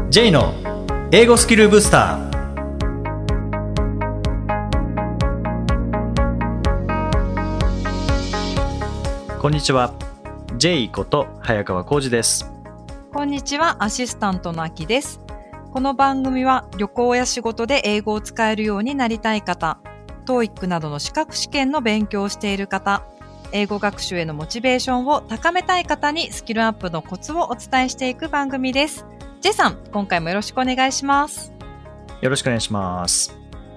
J の英語スキルブスター。こんにちは。 J こと早川浩二です。 こんにちは、アシスタントのあきです。この番組は旅行や仕事で英語を使えるようになりたい方、TOEIC などの資格試験の勉強をしている方、英語学習へのモチベーションを高めたい方にスキルアップのコツをお伝えしていく番組です。J さん、今回もよろしくお願いします。 よろしくお願いします。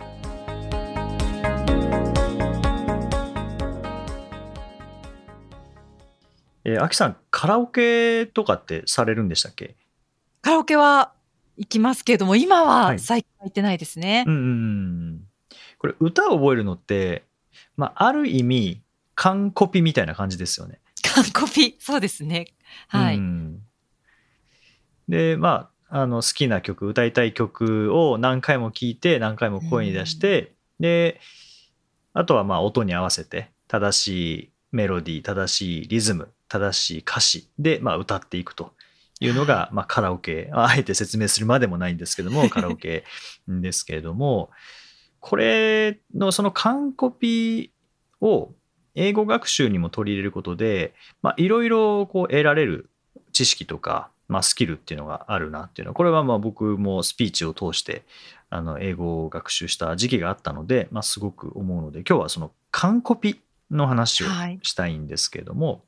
あきさん、カラオケとかってされるんでしたっけ？ カラオケは行きますけれども、今ははい最近は行ってないですね。 これ歌を覚えるのって、ある意味完コピみたいな感じですよね。 完コピ、そうですね。はい。 で、好きな曲、歌いたい曲を何回も聴いて、何回も声に出して、で、あとは音に合わせて、正しいメロディー、正しいリズム、正しい歌詞で、歌っていくというのが、カラオケ。あえて説明するまでもないんですけども、カラオケですけれども、これのその完コピを英語学習にも取り入れることで、いろいろこう得られる知識とか、スキルっていうのがあるなっていうのは、これは僕もスピーチを通して英語を学習した時期があったので、すごく思うので、今日はその完コピの話をしたいんですけれども、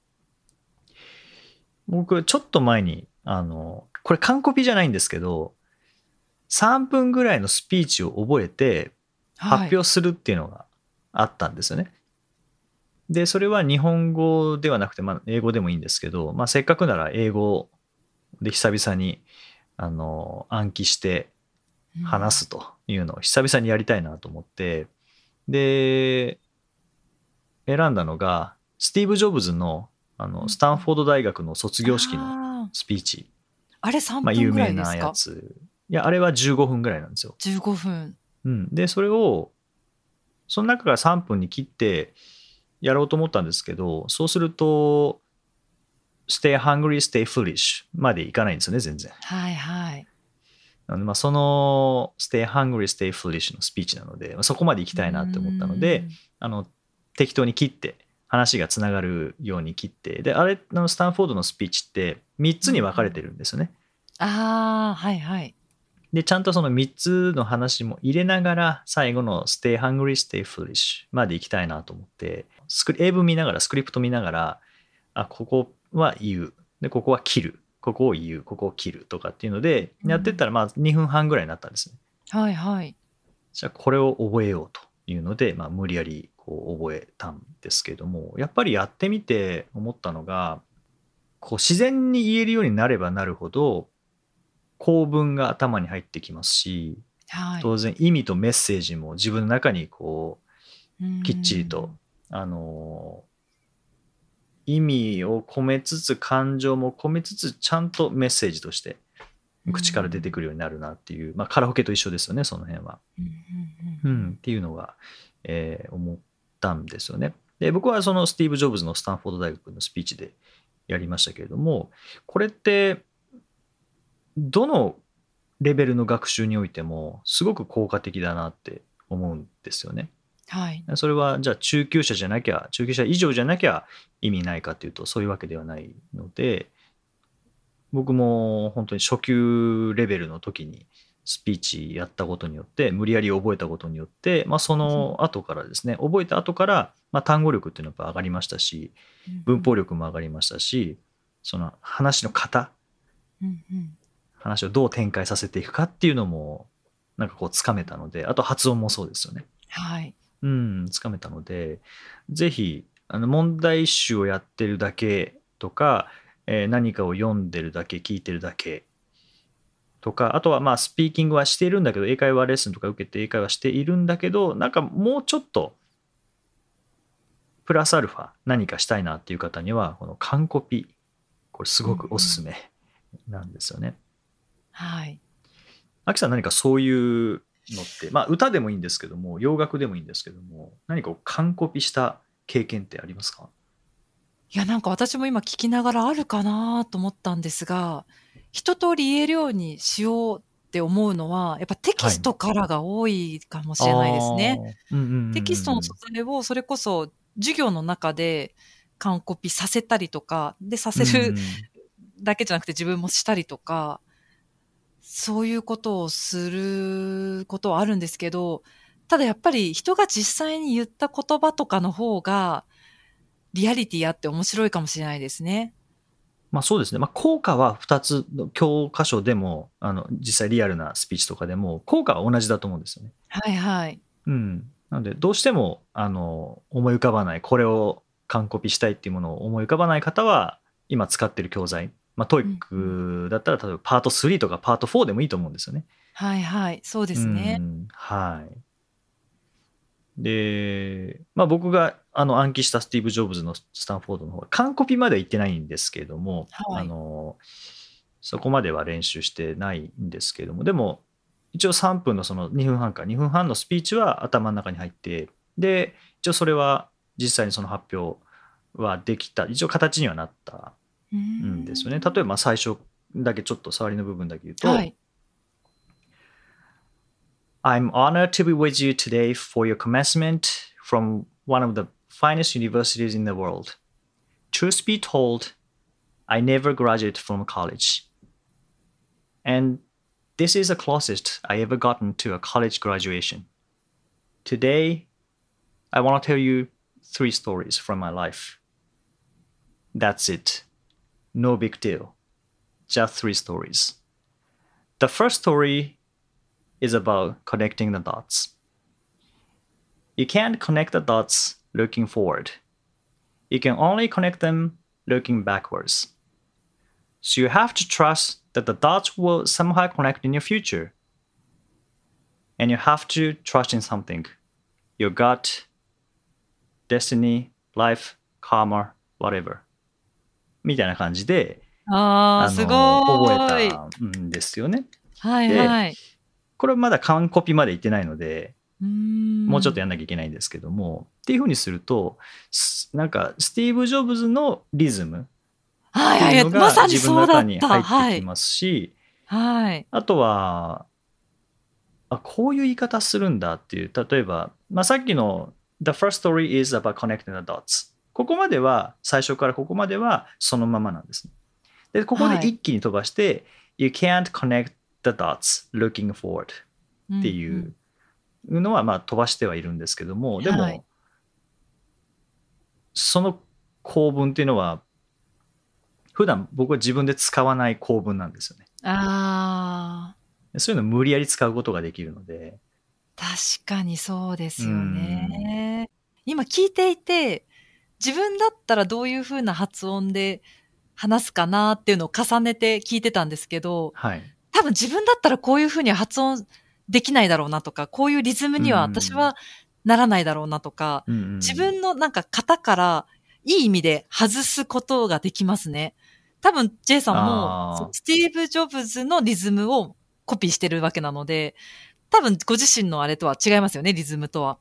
僕ちょっと前にこれ完コピじゃないんですけど、3分ぐらいのスピーチを覚えて発表するっていうのがあったんですよね。で、それは日本語ではなくて、英語でもいいんですけど、せっかくなら英語で久々に暗記して話すというのを久々にやりたいなと思って、で、選んだのがスティーブ・ジョブズのスタンフォード大学の卒業式のスピーチ。 あれ3分有ぐらい名なですか？ やつ。いや、あれは15分ぐらいなんですよ。 15分。 で、それをその中から3分に切ってやろうと思ったんですけど、そうするとStay hungry, stay foolish までいかないんですよね、全然。 はいはい。 なのでその Stay hungry, stay foolish のスピーチなので、そこまで行きたいなって思ったので、適当に切って話がつながるように切って、で、あれスタンフォードのスピーチって3つに分かれてるんですよね。 はいはい。 で、ちゃんとその3つの話も入れながら、最後の Stay hungry, stay foolish まで行きたいなと思って、英文見ながら、スクリプト見ながら、ここは言う。で、ここは切る。ここを言う。ここを切るとかっていうので、やってったら2分半ぐらいになったんですね。 はいはい。 じゃあこれを覚えようというので、無理やりこう覚えたんですけども、やっぱりやってみて思ったのが、こう自然に言えるようになればなるほど、構文が頭に入ってきますし、当然意味とメッセージも自分の中にこうきっちりと意味を込めつつ感情も込めつつちゃんとメッセージとして口から出てくるようになるなっていう、カラオケと一緒ですよね、その辺は。っていうのが、思ったんですよね。で、僕はそのスティーブ・ジョブズのスタンフォード大学のスピーチでやりましたけれども、これってどのレベルの学習においてもすごく効果的だなって思うんですよね。 はい。 それはじゃあ中級者以上じゃなきゃ意味ないかっていうとそういうわけではないので、僕も本当に初級レベルの時にスピーチやったことによって無理やり覚えたことによって、その後からですね、覚えた後から、単語力っていうのはやっぱ上がりましたし、文法力も上がりましたし、その話の型、話をどう展開させていくかっていうのもなんかこうつかめたので、あと発音もそうですよね。 はい。 つかめたので、ぜひ問題集をやってるだけとか、何かを読んでるだけ聞いてるだけとか、あとはスピーキングはしているんだけど、英会話レッスンとか受けて英会話しているんだけど、なんかもうちょっとプラスアルファ何かしたいなっていう方にはこの完コピ、これすごくおすすめなんですよね。 はい。 アキさん、何かそういうのって、歌でもいいんですけども、洋楽でもいいんですけども、何か完コピした経験ってありますか？ いや、なんか私も今聞きながらあるかなと思ったんですが、 一通り言えるようにしようって思うのは、やっぱテキはい。 ストからが多いかもあしれないですね。 あ、うんうんうんテキストの素うん。 材をそれこそ授業の中で完コピさせたりとか、で、さうせるん。 だけじゃなくて自分もしたりとか、そういうことをすることはあるんですけど、ただやっぱり人が実際に言った言葉とかの方が、リアリティあって面白いかもしれないですね。 まあそうですね。まあ効果は2つの教科書でも、実際リアルなスピーチとかでも、効果は同じだと思うんですよね。 はいはい。 うん。なので、どうしても、思い浮かばない、これを完コピしたいっていうものを思い浮かばない方は、今使ってる教材、まあ、 うんうん。 TOEIC だったら、例えばパート3とかパート4でもいいと思うんですよね。 はいはい。そうでうすね。 ん。はい。で、まあ僕が暗記したスティーブ・ジョブズのスタンフォードの方は、完コピまでは行ってないんですけれども、 はい。 そこまでは練習してないんですけれども、でも、一応3分のその2分半か、2分半のスピーチは頭の中に入って、で、一応それは実際にその発表はできた、一応形にはなったうーんですよね。例えん。 ば最初だけちょっと触りの部分だけ言うと、 はい。 I'm honored to be with you today for your commencement from one of the finest universities in the world. Truth be told, I never graduated from college. And this is the closest I ever gotten to a college graduation. Today, I want to tell you 3 stories from my life. That's it. No big deal. Just 3 stories. The first story is about connecting the dots. You can't connect the dots looking forward. You can only connect them looking backwards. So you have to trust that the dots will somehow connect in your future. And you have to trust in something. Your gut, destiny, life, karma, whatever. みたいな感じで、 ああ、す覚えごーい。 たんですよね。 はいで、 はい。 これはまだ完コピまでいってないので、 うーもうちょっとやん。 んなきゃいけないんですけども、っていうふうにすると、なんかスティーブ・ジョブズのリズムっていうはいはい。まのがさにそう自分の中だった。 に入ってはい。 きますし、 はい。 あとは、こういう言い方するんだっていう、例えば、まあ、さっきの The first story is about connecting the dots。ここまでは、最初からここまではそのままなんですね。で、ここではい。 一気に飛ばして、You can't connect the dots looking forward うってんうん。 いうのは、まあ飛ばしてはいるんですけども、ではい。 も、その構文っていうのは、普段僕は自分で使わない構文なんですよね。 ああ、 そういうのを無理やり使うことができるので、 確かにそうでうすよん、 ね。今聞いていて、自分だったらどういう風な発音で話すかなっていうのを重ねて聞いてたんですけど、 はい。 多分自分だったらこういう風には発音できないだろうなとか、こういうリズムうには私ん、 はならないだろうなとか、 うんう自ん。 分のなんか型からいい意味で外すことができますね。多分 J さんも、そのああ、 スティーブ・ジョブズのリズムをコピーしてるわけなので、多分ご自身のあれとは違いますよね、リズムとは。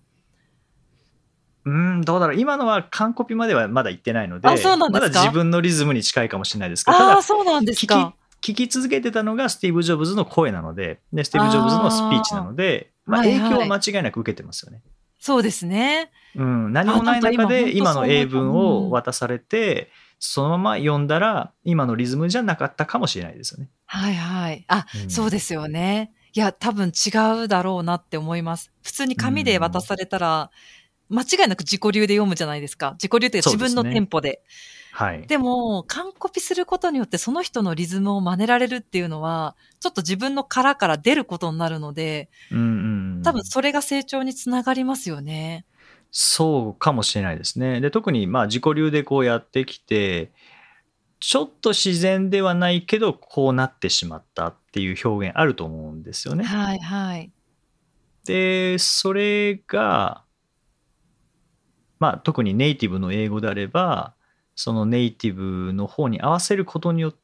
どうだろう。今のは完コピまではまだ行ってないのあ、そうで、まだ自なんですか？ 分のリズムに近いかもしれないですけど、たああ、 だ、 そうなんです聞き、 か。 聞き続けてたのがスティーブ・ジョブズの声なので、で、スティーブ・ジョブズのスピーチなあので、 あ、 まあ影響ははいはい。 間違いなく受けてますよね。 そうですね。 何あ、 もないなんか今ほん中で今のとそう思いま英文をうん。 渡されて、そのまま読んだら今のリズムじゃなかったかもしれないですよね。 はいはい。あ、 うん。 そうですよね。いや、多分違うだろうなって思います。普通にう紙で渡ん。 されたら、間違いなく自己流で読むじゃないですか。自己流っていうかそう自分のテンですね。 ポで。 はい。 でも、完コピすることによってその人のリズムを真似られるっていうのは、ちょっと自分の殻から出ることになるので、 うんうんうん。 多分それが成長につながりますよね。 そうかもしれないですね。で、特にまあ自己流でこうやってきて、ちょっと自然ではないけど、こうなってしまったっていう表現あると思うんですよね。 はいはい。 で、それが、まあ特にネイティブの英語であれば、そのネイティブの方に合わせることによって、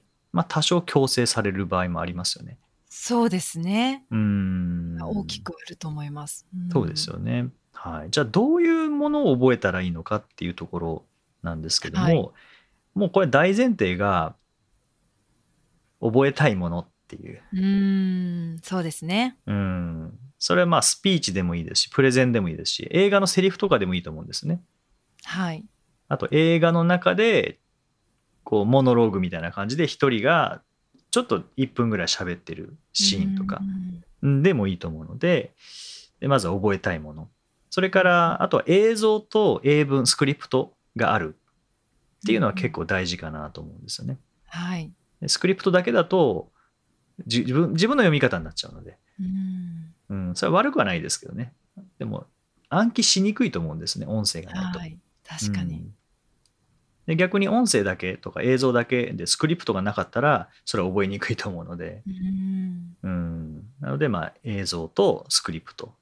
まあ多少強制される場合もありますよね。 そうですね。 うー大きん。 くあると思います。うそうですん。 よね。はい。じゃあどういうものを覚えたらいいのかっていうところなんですけどはい。 も、もうこれ大前提が、 覚えたいものっていう。 そうですね。 それはまあスピーチでもいいですし、プレゼンでもいいですし、映画のセリフとかでもいいと思うんですね。 はい。 あと映画の中で、こう、モノローグみたいな感じで一人がちょっと1分ぐらい喋ってるシーンとかでもいいと思うので、まずは覚えたいもの。それから、あとは映像と英文、スクリプトがあるっていうのは結構大事かなと思うんですよね。 はい。 スクリプトだけだと自分の読み方になっちゃうので、それは悪くはないですけどね。でも暗記しにくいと思うんですね、音声がないと。 はい。確かに。 で逆に音声だけとか映像だけでスクリプトがなかったらそれは覚えにくいと思うので、なのでまあ映像とスクリプト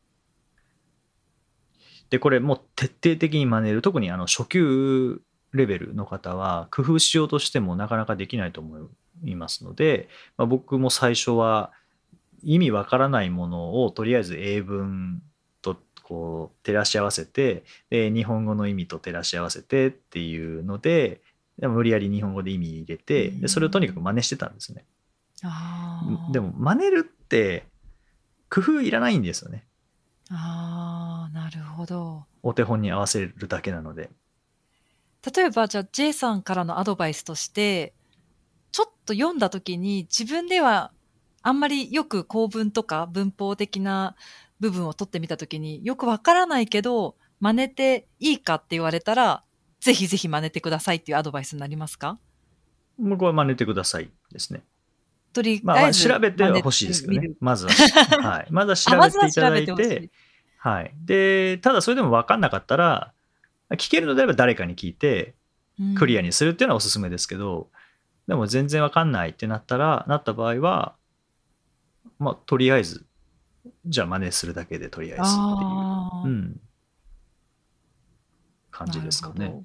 で、これもう徹底的に真似る、特に初級レベルの方は工夫しようとしてもなかなかできないと思いますので、僕も最初は意味わからないものをとりあえず英文とこう照らし合わせて、で日本語の意味と照らし合わせてっていうので、無理やり日本語で意味入れて、でそれをとにかく真似してたんですね。でも真似るって工夫いらないんですよね。 なるほど。 お手本に合わせるだけなので。 例えば、じゃあ J さんからのアドバイスとして、ちょっと読んだ時に自分ではあんまりよく構文とか文法的な部分を取ってみた時によくわからないけど、真似ていいかって言われたら、ぜひぜひ真似てくださいっていうアドバイスになりますか？ 僕は真似てくださいですね。 とりあえず調べては欲しいですけどね。まずは、はい。まずは調べていただいて、はい。で、ただそれでも分かんなかったら、聞けるのであれば誰かに聞いて、クリアにするっていうのはおすすめですけど、でも全然分かんないってなった場合は、とりあえず、じゃあ真似するだけでとりあえずっていう、感じですかね。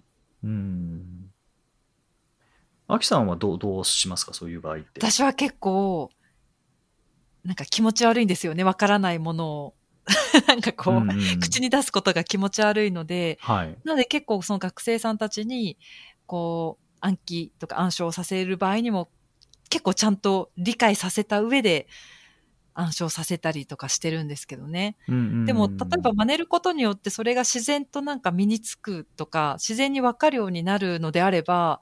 アキさんはどうしますか、そういう場合って。 私は結構、なんか気持ち悪いんですよね。わからないものを。なんかこう、口に出すことが気持ち悪いので、なので結構その学生さんたちに、こう、暗記とか暗唱させる場合にも、結構ちゃんと理解させた上で暗唱させたりとかしてるんですけどね。でも、例えば真似ることによってそれが自然となんか身につくとか、自然にわかるようになるのであれば、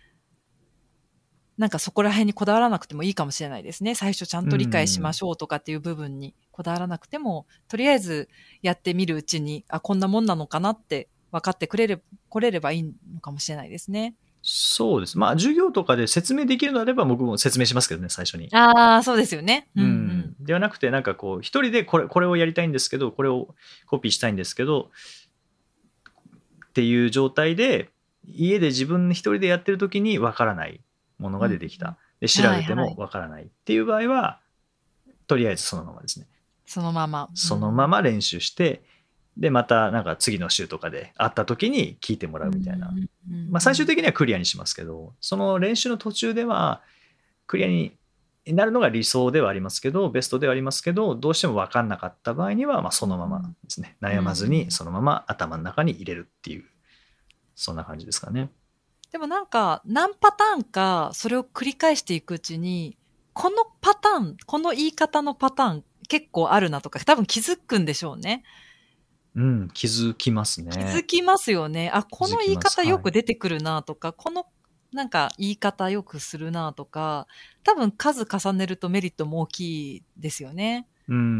なんかそこら辺にこだわらなくてもいいかもしれないですね。最初ちゃんと理解しましょうとかっていう部分にこだわらなくても、とりあえずやってみるうちに、こんなもんなのかなって分かってこれればいいのかもしれないですね。 そうです。授業とかで説明できるのであれば僕も説明しますけどね、最初に。 そうですよね。 ではなくて、なんかこう、一人でこれをやりたいんですけど、これをコピーしたいんですけど、っていう状態で、家で自分一人でやってる時に分からないものが出てきた。で、調べても分からないっていう場合は、とりあえずそのままですね。そのまま練習して、で、またなんか次の週とかで会った時に聞いてもらうみたいな。最終的にはクリアにしますけど、その練習の途中ではクリアになるのが理想ではありますけど、ベストではありますけど、どうしても分かんなかった場合には、そのままですね。悩まずにそのまま頭の中に入れるっていう、そんな感じですかね。 でもなんか、何パターンか、それを繰り返していくうちに、このパターン、この言い方のパターン結構あるなとか、多分気づくんでしょうね。 気づきますね。 気づきますよね。この言い方よく出てくるなとか、このなんか言い方よくするなとか、多分数重ねるとメリットも大きいですよね。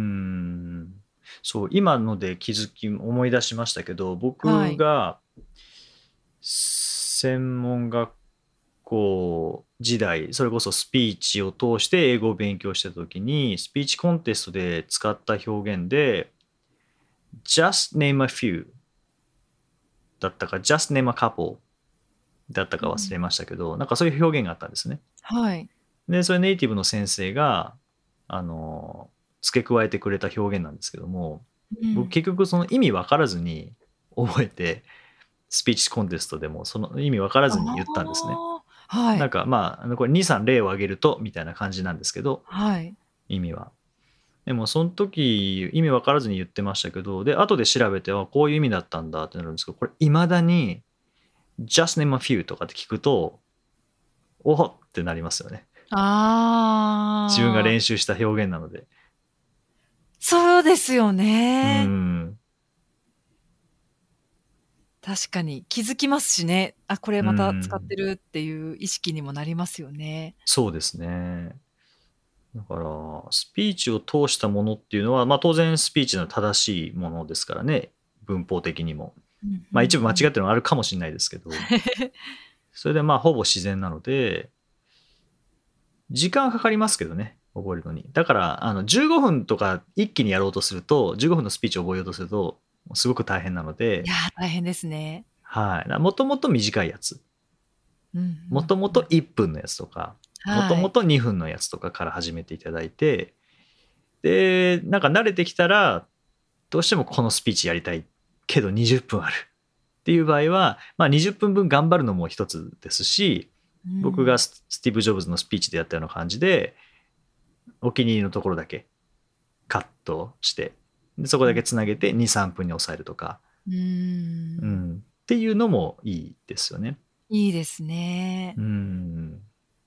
そう、今ので思い出しましたけど、僕が専門学校時代、それこそスピーチを通して英語を勉強した時に、スピーチコンテストで使った表現で、just name a few だったか、just name a couple だったか忘れましたけど、なんかそういう表現があったんですね。で、それネイティブの先生が、付け加えてくれた表現なんですけども、僕結局その意味分からずに覚えて、スピーチコンテストでもその意味分からずに言ったんですね。なんかこれ2、3例を挙げるとみたいな感じなんですけど、意味は。でもその時意味分からずに言ってましたけど、で、後で調べてはこういう意味だったんだってなるんですけど、これ未だに just name a few とかって聞くと、おっってなりますよね。 自分がああ、 練習した表現なので。 そうですようね。 ん。 確かに気づきますしね。あ、これうまた使ってん。 るっていう意識にもなりますよね。 そうですね。だから、スピーチを通したものっていうのは、まあ当然スピーチの正しいものですからね。文法的にも。 うん、 まあ一部間違ってうん。 るのあるかもしれないですけど、それでまあほぼ自然なので、時間はかかりますけどね、覚えるのに。だから、15分とか一気にやろうとすると、15分のスピーチを覚えようとすると、すごく大変なので、 いや、大変ですね。 はい。もともと短いやつ。 うん、うん、 もともとうん。 1分のやつとか、もとはい。 もと2分のやつとかから始めていただいて、で、なんか慣れてきたら、どうしてもこのスピーチやりたいけど20分あるっていう場合は、まあ20分分頑張るのも一つですし、 う僕がん。 スティーブ・ジョブズのスピーチでやったような感じで、お気に入りのところだけカットして、でそこだけうん。 つなげて2、3分に抑えるとか、 うーん。 っていうのもいいですよね。 いいですね。 うん。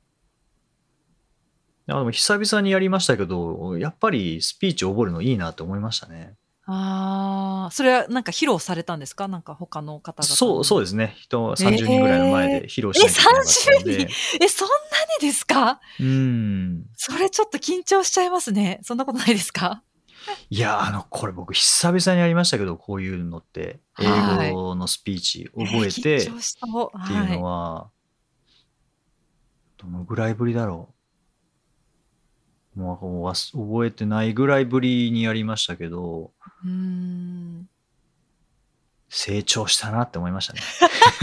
でも久々にやりましたけど、やっぱりスピーチ覚えるのいいなって思いましたね。 ああ、それはなんか披露されたんですか？なんか他の方々 そう、 にも。 そうですね。人え 30人ぐらいの前でえ。 披露しえ、 なきゃいけなかったの 30人？ で、 え、そんなにですか？ うーん。 それちょっと緊張しちゃいますね。そんなことないですか？ いや、これ僕久々にやりましたけど、こういうのって、英はい。 語のスピーチええ、 覚え緊て張しそう。 っていうのはい。 は、どのぐらいぶりだろう。もう覚えてないぐらいぶりにやりましたけど、 うーん。 成長したなって思いましたね。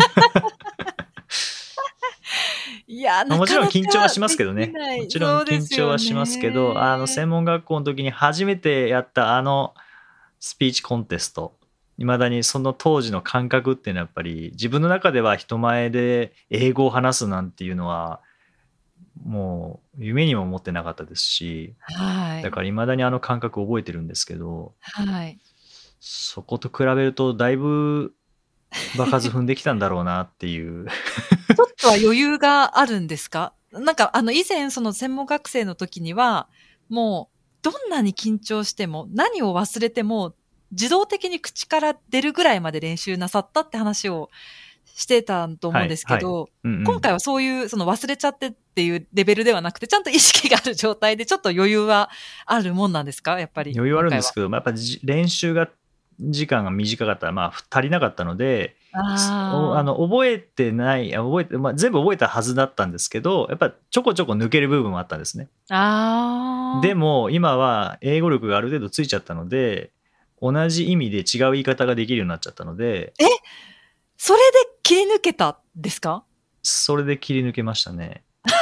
いや、 まあ、 なかなもちろん緊張はかでしますけどね。 きない。 もちろんそうで緊すよ張はしますけど、 ね。 専門学校の時に初めてやったスピーチコンテスト、未だにその当時の感覚っていうのはやっぱり自分の中では人前で英語を話すなんていうのはもう夢にも思ってなかったですし、 はい。 だから未だにあの感覚を覚えてるんですけど、 はい。 そこと比べるとだいぶ場数踏んできたんだろうなっていう。 ちょっとは余裕があるんですか？なんか以前その専門学生の時には、もうどんなに緊張しても、何を忘れても、自動的に口から出るぐらいまで練習なさったって話をしてたと思うんではい、はい。 すけど、 うんうん。 今回はそういうその忘れちゃってっていうレベルではなくて、ちゃんと意識がある状態でちょっと余裕はあるもんなんですか？やっぱり、 余裕あ今回は。 るんですけど、まあ、やっぱ練習が時間が短かったら、まあ、足りなかったので、 あ覚えてない、まあ、全部覚えたはずだったんですけど、やっぱちょこちょこ抜ける部分もあったんですね。 あ、ああ。 でも、今は英語力がある程度ついちゃったので、同じ意味で違う言い方ができるようになっちゃったので、 え、それで切り抜けたんですか？ それで切り抜けましたね。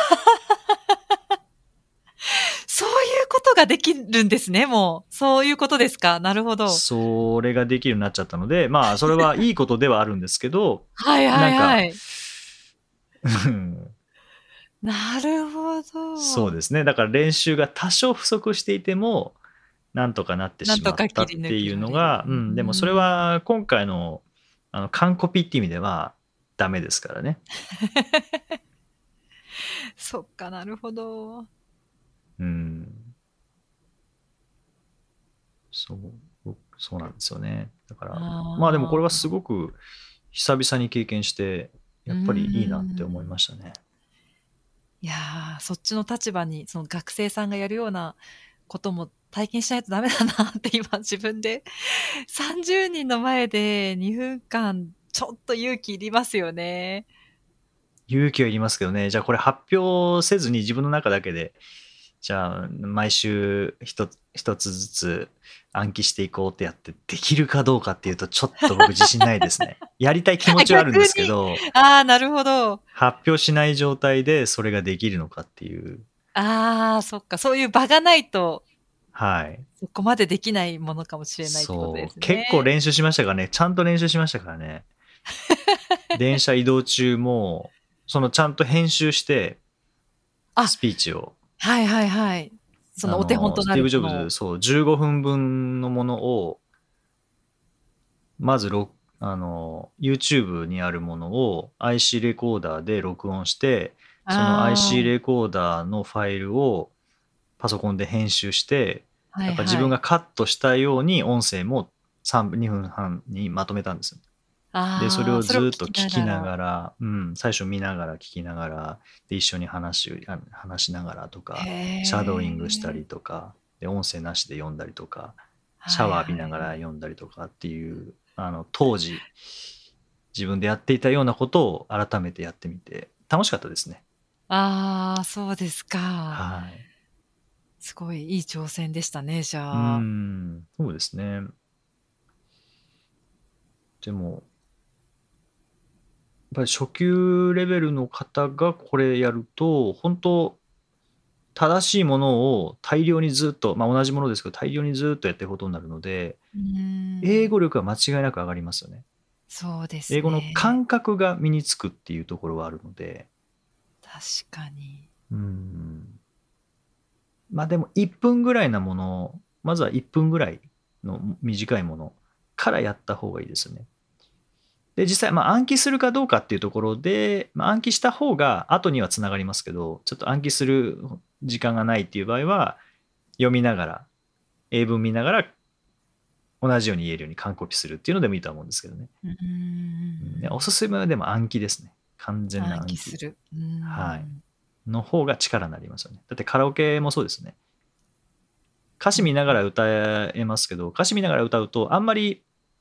そういうことができるんですね、もう。そういうことですか。なるほど。 それができるようになっちゃったので、まあ、それはいいことではあるんですけど、 はいはいなんか、 はい。 うんなるほど。 そうですね。だから練習が多少不足していても、なんとかなってなんしまっとか切りたっていう抜けられる。 のが、 うでもそれーん。 は今回の、完コピって意味ではダメですからね。 そっか、なるほど。 うん。そう、そうなんですよね。だから、まあでもこれはああ。 すごく久々に経験して、 うーやっぱりいいなって思いまん。 したね。 いや、そっちの立場に、その学生さんがやるようなことも体験しないとダメだなって今自分で30人の前で2分間ちょっと勇気いりますよね。 勇気はいりますけどね。じゃあこれ発表せずに自分の中だけで、じゃあ毎週一つずつ暗記していこうってやってできるかどうかっていうとちょっと僕自信ないですね。やりたい気持あ、 ちはあるんですけ逆に。 ど、 ああ、なるほど。 発表しない状態でそれができるのかっていう。 ああ、そっか、そういう場がないと、 はい。 そこまでできないものかもしれないってことでそう。 すね。 結構練習しましたからね。ちゃんと練習しましたからね。電車移動中も、ちゃんと編集して、 あ、 スピーチを、 はいはいはい。そのお手本とスティーブ・ジョブなるものを。 ズ、そう、15分分のものを、まずYouTube にあるものを IC レコーダーで録音して、 その IC レコーダーのファイルをパソコンで編集して、やっぱ自分がカットしたように音声も2分半にまとめたんですよ。で、それをずっと聞きながら、最初見ながら聞きながら、で、一緒に話しながらとか、シャドーイングしたりとか、で、音声なしで読んだりとか、シャワー浴びながら読んだりとかっていう、当時、自分でやっていたようなことを改めてやってみて、楽しかったですね。 そうですか。 はい。 すごいいい挑戦でしたね、じゃあ。 そうですね。でも、やっぱり初級レベルの方がこれやると、本当正しいものを大量にずっと、同じものですけど、大量にずっとやっていくことになるので、英語力は間違いなく上がりますよね。 そうですね。 英語の感覚が身につくっていうところはあるので。 確かに。 でも1分ぐらいなもの、まずは1分ぐらいの短いものからやった方がいいですよね。で、実際、暗記するかどうかっていうところで、暗記した方が後にはつながりますけど、ちょっと暗記する時間がないっていう場合は、読みながら、英文見ながら、同じように言えるように完コピするっていうのでもいいと思うんですけどね。おすすめはでも暗記ですね。完全な暗記する。 はい。の方が力になりますよね。だってカラオケもそうですね。歌詞見ながら歌えますけど、歌詞見ながら歌うと、あんまり、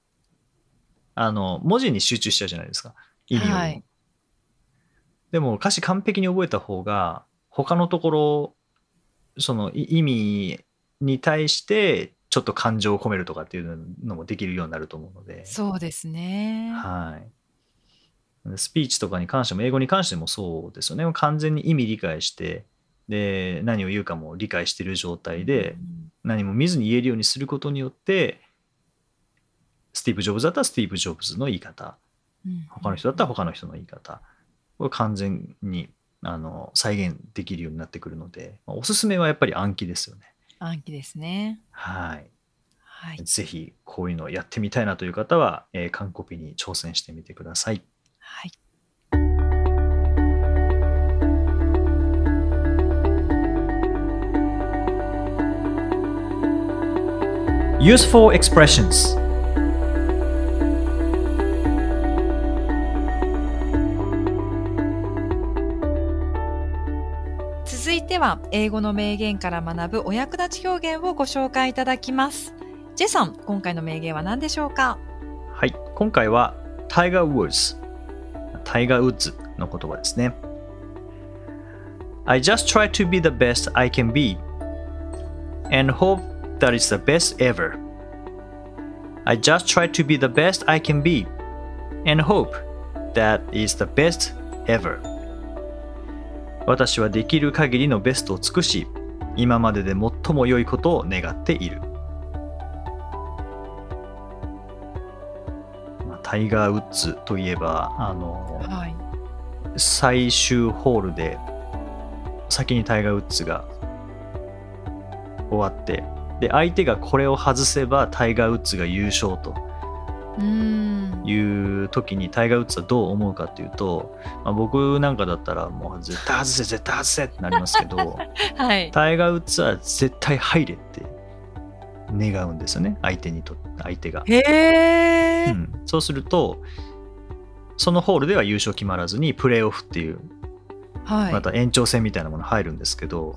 文字に集中しちゃうじゃないですか。意味よりも。でも歌詞完璧に覚えた方が、他のところ、その意味に対して、ちょっと感情を込めるとかっていうのもできるようになると思うので。 そうですね。 はい。スピーチとかに関しても、英語に関してもそうですよね。完全に意味理解して、で、何を言うかも理解している状態で、何も見ずに言えるようにすることによって、スティーブ・ジョブズだったらスティーブ・ジョブズの言い方、他の人だったら他の人の言い方を完全に再現できるようになってくるので、おすすめはやっぱり暗記ですよね。 暗記ですね。 はい。ぜひこういうのをやってみたいなという方は、完コピに挑戦してみてください。 はい。 Useful expressions. 続いては英語の名言から学ぶお役立ち表現をご紹介いただきます。J さん、今回の名言は何でしょうか？ はい、今回はタイガー・ウッズの言葉ですね。I just try to be the best I can be and hope that it's the best ever. I just try to be the best I can be and hope that is the best ever. 私はできる限りのベストを尽くし、今までで最も良いことを願っている。タイガー・ウッズといえば、最終ホールで先にタイガー・ウッズが終わって、で相手がこれを外せばタイガー・ウッズが優勝という時にタイガー・ウッズはどう思うかというと、僕なんかだったらもう絶対外せってなりますけど、タイガー・ウッズは絶対入れって願うんですよね、相手が。そうするとそのホールでは優勝決まらずにプレーオフっていう、また延長戦みたいなもの入るんですけど、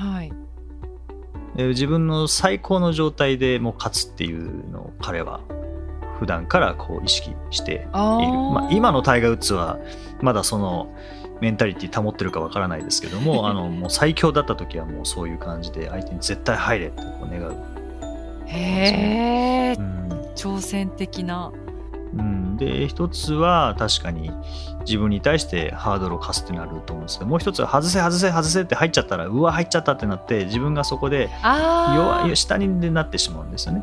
自分の最高の状態でもう勝つっていうのを彼は普段からこう意識している。今のタイガー・ウッズはまだそのメンタリティ保ってるかわからないですけどももう最強だった時はもうそういう感じで相手に絶対入れってこう願う。 挑戦的な。 で一つは確かに自分に対してハードルを課すってなると思うんですけど、もう一つは外せって入っちゃったら入っちゃったってなって自分がそこで下になってしまうんですよね。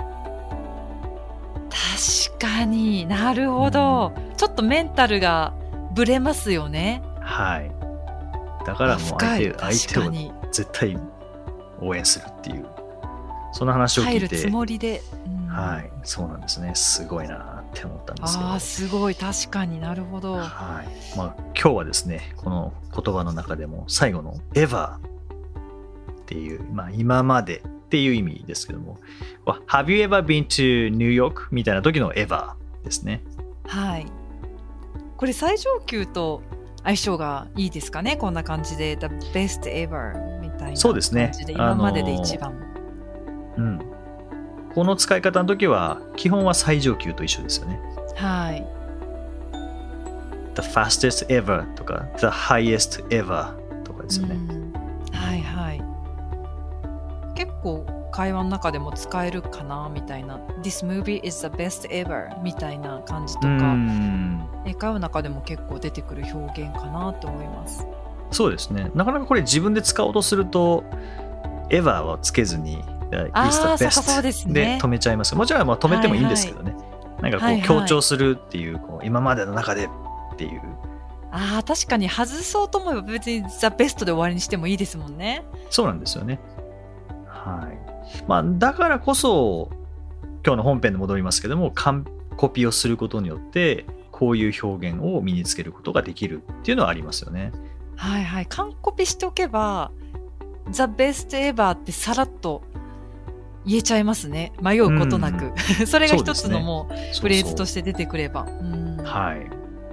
確かになるほど、ちょっとメンタルがぶれますよね。 だからもう相手を絶対応援するっていう、その話を聞いて入るつもりで、 そうなんですね。すごいなっって思ったんですけど。 すごい。確かになるほど。 はい。まあ、今日はですね、この言葉の中でも最後の ever っていう、まあ、今までっていう意味ですけども、Have you ever been to New York? みたいな時の ever ですね。 はい。これ最上級と相性がいいですかね。こんな感じで The best ever みたいなそうですね感じで、今までで一番。 うん。この使い方の時は基本は最上級と一緒ですよね。 はい。 The fastest ever とか The highest ever とかですよね。 はいはい。結構会話の中でも使えるかなみたいな This movie is the best ever みたいな感じとか、英会話の中でも結構出てくる表現かなと思います。 そうですね。なかなかこれ自分で使おうとすると ever はつけずに is the そうで best すね。 で止めちゃいます。もちろんまあ止めてもいいんですけどね。なんかこう強調するっていう、こう今までの中でっていう。 確かに外そうと思えば別に The best で終わりにしてもいいですもんね。 そうなんですよね。はい。まあ、だからこそ今日の本編で戻りますけども、完コピをすることによってこういう表現を身につけることができるっていうのはありますよね。 はいはい。完コピしておけば The best ever ってさらっと言えちゃいますね。迷うことなく。それが一つのもうフレーズとして出てくれば。 はい。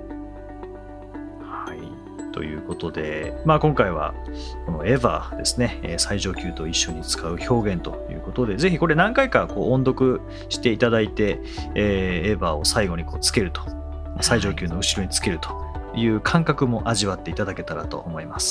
ということで、まあ、今回はこの ever ですね、最上級と一緒に使う表現ということで、ぜひこれ何回かこう音読していただいて、ever を最後にこうつけると、最上級の後ろにつけるという感覚も味わっていただけたらと思います。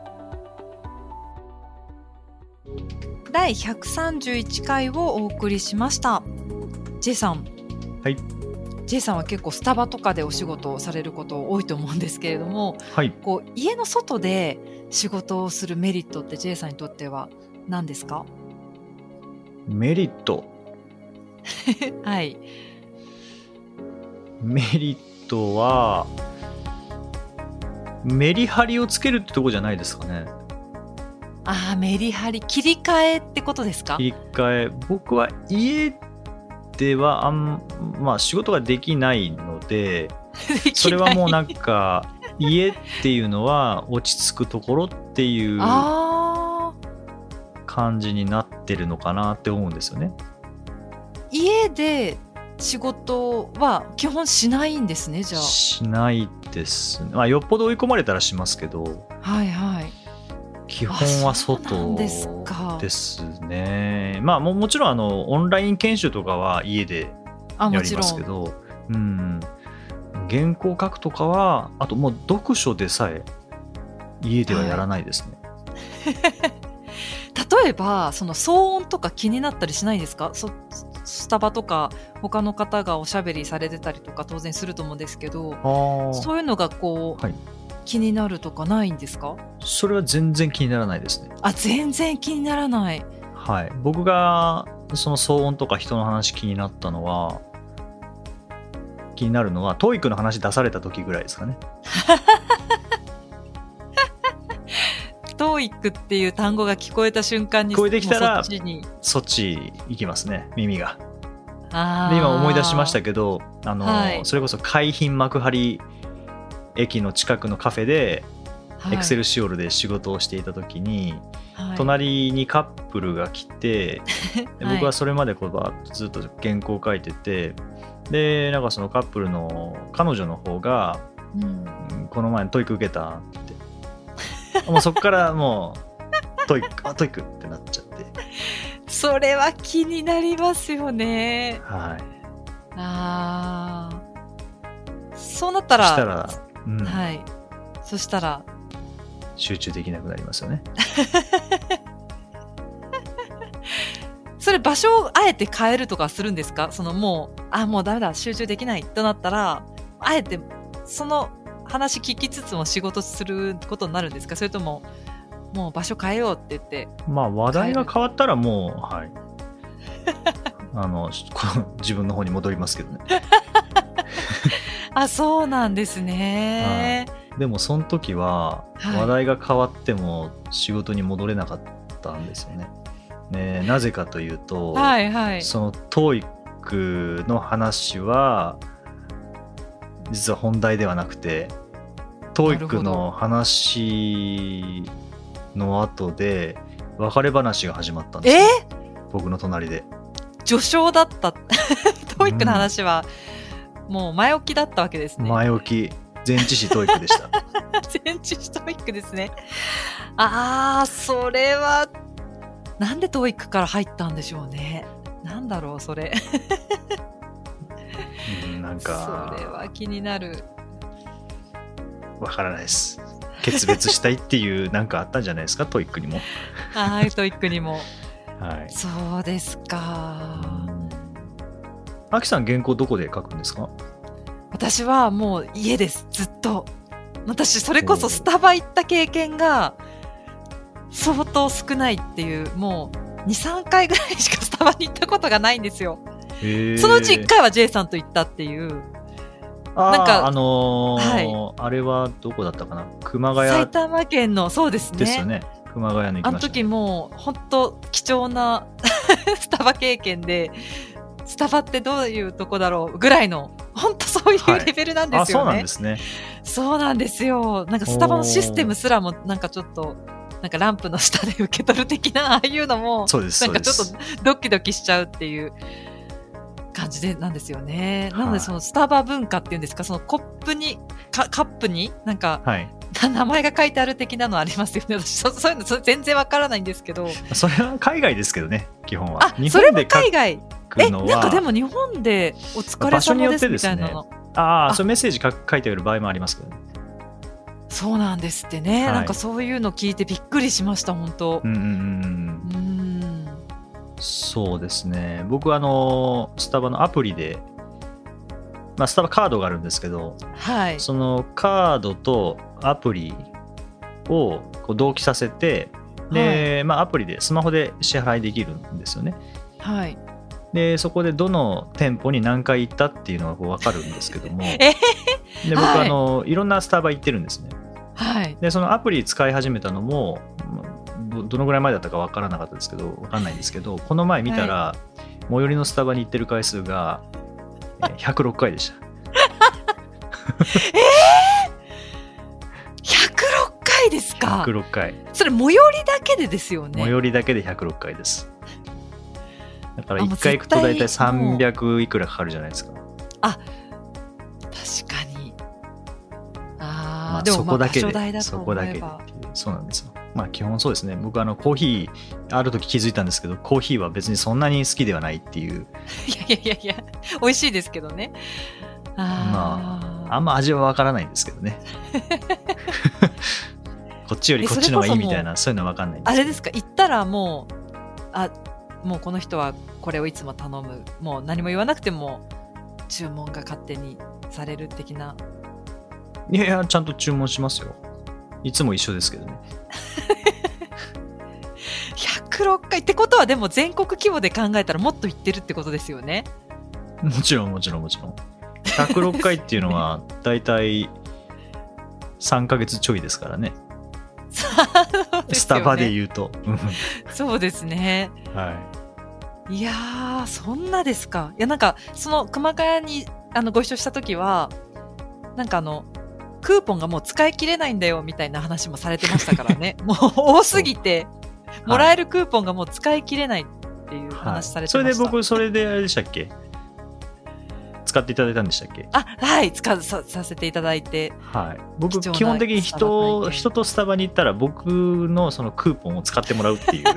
第131回をお送りしました。J さん。 はい。 J さんは結構スタバとかでお仕事をされること多いと思うんですけれども、 はい、 こう家の外で仕事をするメリットって J さんにとっては何ですか？ メリットはい。 メリットはメリハリをつけるってとこじゃないですかね。 メリハリ、切り替えってことですか？ 切り替え、僕は家ではまあ仕事ができないのでそれはもうなんか家っていうのは落ち着くところっていう感じになってるのかなって思うんですよね。 家で仕事は基本しないんですね。じゃあしないですね。まあよっぽど追い込まれたらしますけど、 はいはい、 基本は外ですね。まあもちろんオンライン研修とかは家でやりますけど、原稿書くとかはあともう読書でさえ家ではやらないですね。 例えばその騒音とか気になったりしないですか？スタバとか他の方がおしゃべりされてたりとか当然すると思うんですけど、そういうのがこう、気になるとかないんですか？ それは全然気にならないですね。 全然気にならない。 はい。僕がその騒音とか人の話気になるのは TOEIC の話出された時ぐらいですかね。 TOEIC っていう単語が聞こえた瞬間に聞こえてきたらそっち行きますね、耳が。で今思い出しましたけどそれこそ海浜幕張駅の近くのカフェでエクセルシオールで仕事をしていた時に、隣にカップルが来て、僕はそれまでこうずっと原稿を書いてて、でなんかそのカップルの彼女の方が、この前のトイック受けたってもうそこからもうトイックってなっちゃって、 それは気になりますよね。 はい。 そうなったらそしたら集中できなくなりますよね。 それ場所をあえて変えるとかするんですか？もうダメだ、集中できないとなったらあえてその話聞きつつも仕事することになるんですか？それとももう場所変えようって言って、 話題が変わったらもう自分の方に戻りますけどね。 そうなんですね。 でもその時は話題が変わっても仕事に戻れなかったんですよね。なぜかというと、その TOEIC TOEIC の話は実は本題ではなくて、TOEIC の話の後で別れ話が始まったんですよ、僕の隣で。 序章だった。TOEIC の話はもう前置きだったわけですね。 前置き、前置詞 TOEIC でした。 前置詞 TOEIC ですね。それはなんで TOEIC から入ったんでしょうね。なんだろうそれ。 なんかそれは気になる。 わからないです。決別したいっていうなんかあったんじゃないですか、TOEIC にも。 TOEIC にも。 はい。 そうですか。 あきさん原稿どこで書くんですか？ 私はもう家です、ずっと。私それこそスタバ行った経験が相当少ないっていう、もう 2,3 回ぐらいしかスタバに行ったことがないんですよ。そのうち1回は J さんと行ったっていう。なんかあれはどこだったかな、熊谷埼玉県の、そうですね。 ですよね。熊谷に行きました。 あの時もう本当貴重なスタバ経験で、スタバってどういうとこだろうぐらいの、本当そういうレベルなんですよね。 そうなんですね。 そうなんですよ。なんかスタバのシステムすらもなんかちょっとなんかランプの下で受け取る的な、ああいうのもなんかちょっとドキドキしちゃうっていう感じでなんですよね。なのでそのスタバ文化っていうんですか、そのコップにカップになんか、名前が書いてある的なのありますよね。私そういうの全然わからないんですけど。 それは海外ですけどね、基本は。 それも海外。なんかでも日本でお疲れ様ですみたいなの。 それメッセージ書いてある場合もありますけどね。 そうなんですってね。なんかそういうの聞いてびっくりしました、本当。 そうですね。僕スタバのアプリで、スタバカードがあるんですけど、そのカードとアプリをこう同期させて、で、アプリでスマホで支払いできるんですよね。でそこでどの店舗に何回行ったっていうのがこう分かるんですけども、で僕いろんなスタバ行ってるんですね。でそのアプリ使い始めたのもどのぐらい前だったか分からなかったですけど、分かんないんですけど、この前見たら、最寄りのスタバに行ってる回数が106回でした。 106回ですか ？106回。 それ最寄りだけでですよね。 最寄りだけで106回です。だから1回行くと大体300いくらかかるじゃないですか。 確かに。でもそこだけで、 そこだけでそうなんですよ。基本そうですね。僕コーヒーある時気づいたんですけど、コーヒーは別にそんなに好きではないっていう。 いや美味しいですけどね。 あんま味はわからないんですけどね。こっちよりこっちの方がいいみたいな、そういうのはわかんないんですけど。 あれですか、行ったらもうこの人はこれをいつも頼む、もう何も言わなくても注文が勝手にされる的な。 いやちゃんと注文しますよ。いつも一緒ですけどね。 106回ってことは、でも全国規模で考えたらもっと行ってるってことですよね。 もちろん106回っていうのはだいたい3ヶ月ちょいですからね。スタバで言うと。 そうですね。いやー、そんなですか。いや、なんかその熊谷にご一緒した時はなんかクーポンがもう使い切れないんだよみたいな話もされてましたからね。もう多すぎてもらえるクーポンがもう使い切れないっていう話されてました。 それで僕それであれでしたっけ、使っていただいたんでしたっけ？ 使させていただいて。 僕基本的に人とスタバに行ったら僕のそのクーポンを使ってもらうっていう。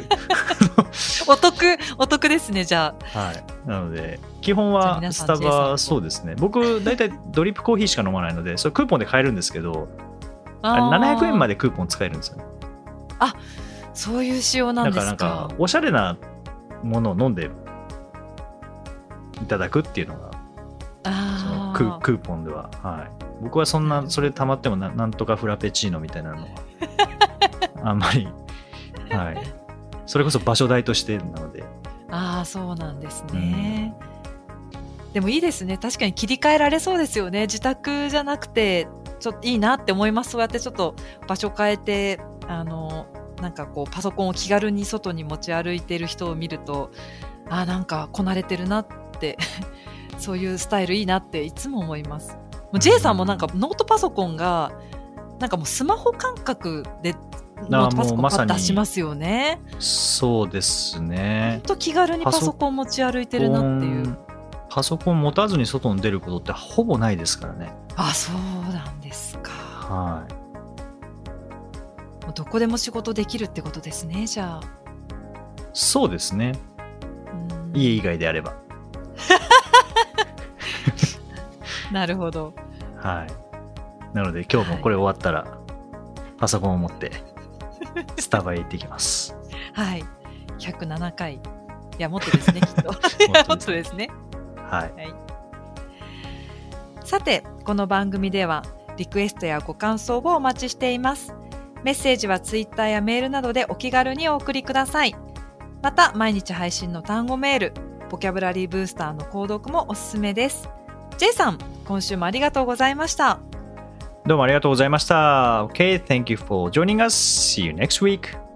お得ですね、じゃあ。なので基本はスタバ、そうですね。僕大体ドリップコーヒーしか飲まないので、それクーポンで買えるんですけど、700円までクーポン使えるんですよね。 そういう仕様なんですか。 だからなんかおしゃれなものを飲んでいただくっていうのがそのクーポンでは、僕はそれ溜まってもなんとかフラペチーノみたいなのはあんまり、それこそ場所代としてなので。 そうなんですね。でもいいですね。確かに切り替えられそうですよね。自宅じゃなくてちょっといいなって思います。そうやってちょっと場所変えてなんかこうパソコンを気軽に外に持ち歩いてる人を見ると、なんかこなれてるなっってそういうスタイルいいなっていつも思います。もう J さんもなんかノートパソコンがなんかもうスマホ感覚でノートパソコンパッと出しますよね。 そうですね。 ほんと気軽にパソコン持ち歩いてるなっていう。 パソコン持たずに外に出ることってほぼないですからね。 あ、そうなんですか。 はい。 もうどこでも仕事できるってことですね、じゃあ。 そうですね。家以外であれば。 なるほど。 はい。なので今日もこれ終わったら、パソコンを持ってスタバへ行ってきます。 はい。107回。いや、もっとですね、きっと。もっとですね。 はい。 さて、この番組ではリクエストやご感想をお待ちしています。メッセージはツイッターやメールなどでお気軽にお送りください。また、毎日配信の単語メール、ボキャブラリーブースターの購読もおすすめです。J さん、今週もありがとうございました。 どうもありがとうございました。Okay, thank you for joining us. See you next week.